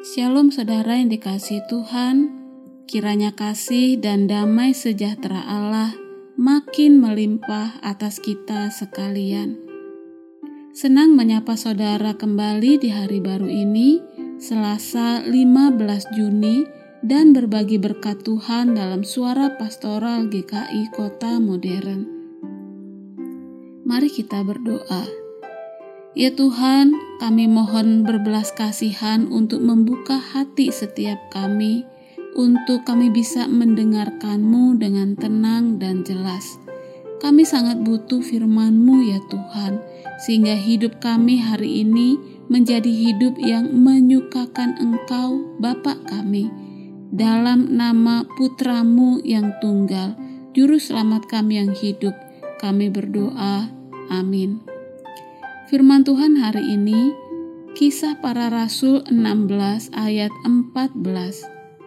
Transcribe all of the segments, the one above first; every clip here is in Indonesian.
Shalom saudara yang dikasihi Tuhan, kiranya kasih dan damai sejahtera Allah makin melimpah atas kita sekalian. Senang menyapa saudara kembali di hari baru ini, Selasa 15 Juni, dan berbagi berkat Tuhan dalam suara pastoral GKI Kota Modern. Mari kita berdoa. Ya Tuhan, kami mohon berbelas kasihan untuk membuka hati setiap kami, untuk kami bisa mendengarkan-Mu dengan tenang dan jelas. Kami sangat butuh firman-Mu ya Tuhan, sehingga hidup kami hari ini menjadi hidup yang menyukakan Engkau, Bapa kami. Dalam nama Putra-Mu yang tunggal, Juru Selamat kami yang hidup, kami berdoa. Amin. Firman Tuhan hari ini, Kisah Para Rasul 16 ayat 14.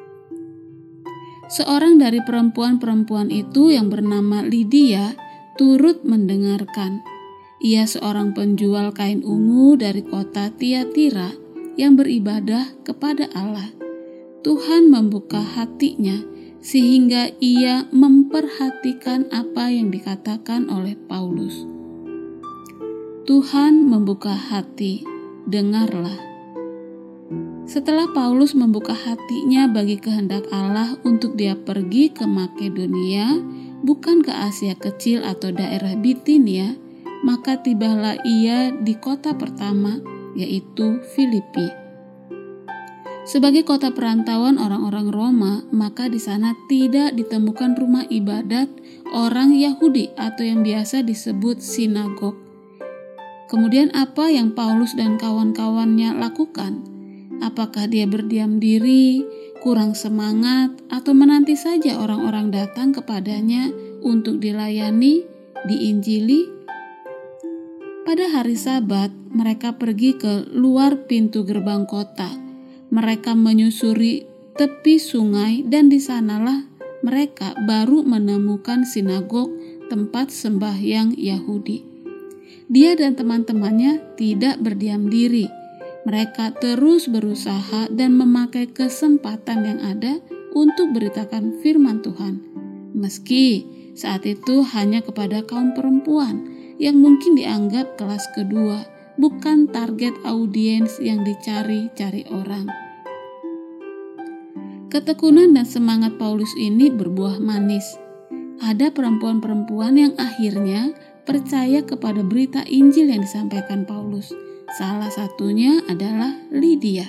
Seorang dari perempuan-perempuan itu yang bernama Lydia turut mendengarkan. Ia seorang penjual kain ungu dari kota Tiatira yang beribadah kepada Allah. Tuhan membuka hatinya sehingga ia memperhatikan apa yang dikatakan oleh Paulus. Tuhan membuka hati, dengarlah. Setelah Paulus membuka hatinya bagi kehendak Allah untuk dia pergi ke Makedonia, bukan ke Asia Kecil atau daerah Bitinia, maka tibalah ia di kota pertama, yaitu Filipi. Sebagai kota perantauan orang-orang Roma, maka di sana tidak ditemukan rumah ibadat orang Yahudi atau yang biasa disebut sinagog. Kemudian apa yang Paulus dan kawan-kawannya lakukan? Apakah dia berdiam diri, kurang semangat, atau menanti saja orang-orang datang kepadanya untuk dilayani, diinjili? Pada hari Sabat, mereka pergi ke luar pintu gerbang kota. Mereka menyusuri tepi sungai dan di sanalah mereka baru menemukan sinagog, tempat sembahyang Yahudi. Dia dan teman-temannya tidak berdiam diri. Mereka terus berusaha dan memakai kesempatan yang ada untuk beritakan firman Tuhan. Meski saat itu hanya kepada kaum perempuan yang mungkin dianggap kelas kedua, bukan target audiens yang dicari-cari orang. Ketekunan dan semangat Paulus ini berbuah manis. Ada perempuan-perempuan yang akhirnya percaya kepada berita Injil yang disampaikan Paulus. Salah satunya adalah Lydia.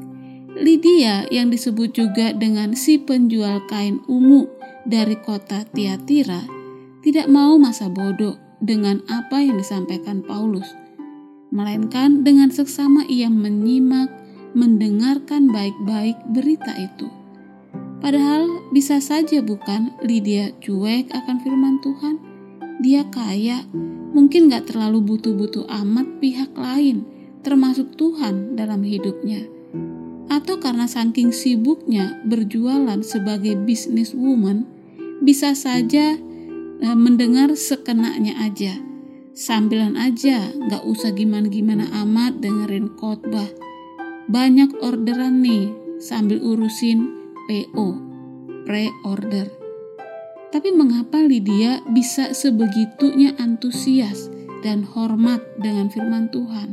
Lydia yang disebut juga dengan si penjual kain ungu dari kota Tiatira tidak mau masa bodoh dengan apa yang disampaikan Paulus, melainkan dengan seksama ia menyimak, mendengarkan baik-baik berita itu. Padahal bisa saja bukan Lydia cuek akan firman Tuhan. Dia kaya, mungkin gak terlalu butuh-butuh amat pihak lain, termasuk Tuhan dalam hidupnya. Atau karena saking sibuknya berjualan sebagai businesswoman, bisa saja mendengar sekenanya aja. Sambilan aja, gak usah gimana-gimana amat dengerin khotbah. Banyak orderan nih, sambil urusin PO, pre-order. Tapi mengapa Lydia bisa sebegitunya antusias dan hormat dengan firman Tuhan?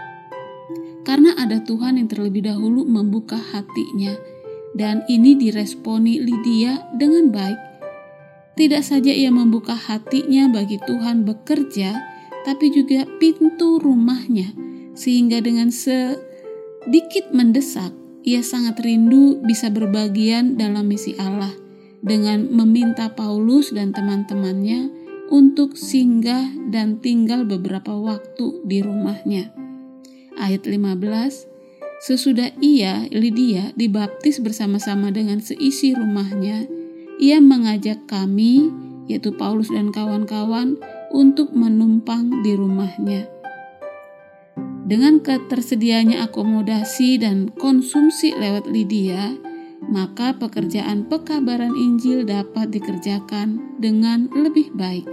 Karena ada Tuhan yang terlebih dahulu membuka hatinya, dan ini diresponi Lydia dengan baik. Tidak saja ia membuka hatinya bagi Tuhan bekerja, tapi juga pintu rumahnya, sehingga dengan sedikit mendesak, ia sangat rindu bisa berbagian dalam misi Allah, dengan meminta Paulus dan teman-temannya untuk singgah dan tinggal beberapa waktu di rumahnya. Ayat 15, sesudah Lydia dibaptis bersama-sama dengan seisi rumahnya, ia mengajak kami, yaitu Paulus dan kawan-kawan, untuk menumpang di rumahnya. Dengan ketersediaannya akomodasi dan konsumsi lewat Lydia, maka pekerjaan pekabaran Injil dapat dikerjakan dengan lebih baik.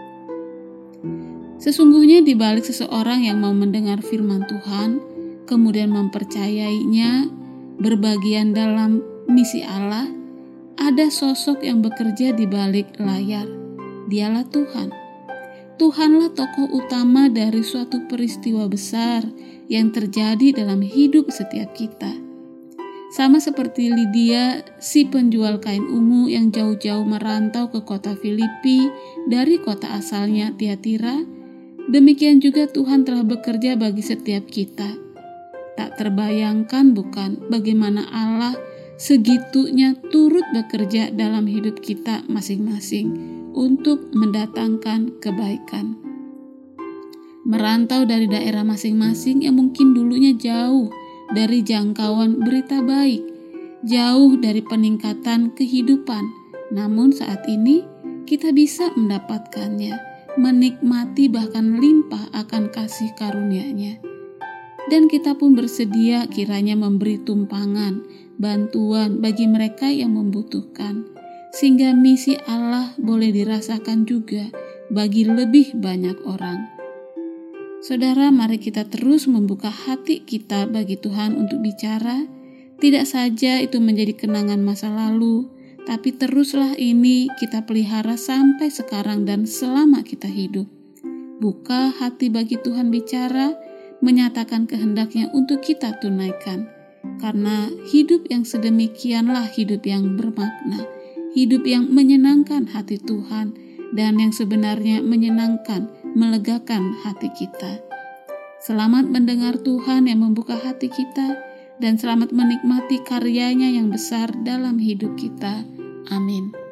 Sesungguhnya di balik seseorang yang mau mendengar firman Tuhan, kemudian mempercayainya, berbagian dalam misi Allah, ada sosok yang bekerja di balik layar. Dialah Tuhan. Tuhanlah tokoh utama dari suatu peristiwa besar yang terjadi dalam hidup setiap kita. Sama seperti Lydia, si penjual kain ungu yang jauh-jauh merantau ke kota Filipi dari kota asalnya Tiatira, demikian juga Tuhan telah bekerja bagi setiap kita. Tak terbayangkan bukan bagaimana Allah segitunya turut bekerja dalam hidup kita masing-masing untuk mendatangkan kebaikan. Merantau dari daerah masing-masing yang mungkin dulunya jauh dari jangkauan berita baik, jauh dari peningkatan kehidupan, namun saat ini kita bisa mendapatkannya, menikmati bahkan limpah akan kasih karunia-Nya. Dan kita pun bersedia kiranya memberi tumpangan, bantuan bagi mereka yang membutuhkan, sehingga misi Allah boleh dirasakan juga bagi lebih banyak orang. Saudara, mari kita terus membuka hati kita bagi Tuhan untuk bicara, tidak saja itu menjadi kenangan masa lalu, tapi teruslah ini kita pelihara sampai sekarang dan selama kita hidup. Buka hati bagi Tuhan bicara, menyatakan kehendaknya untuk kita tunaikan. Karena hidup yang sedemikianlah hidup yang bermakna, hidup yang menyenangkan hati Tuhan, dan yang sebenarnya menyenangkan, melegakan hati kita. Selamat mendengar Tuhan yang membuka hati kita, dan selamat menikmati karyanya yang besar dalam hidup kita. Amin.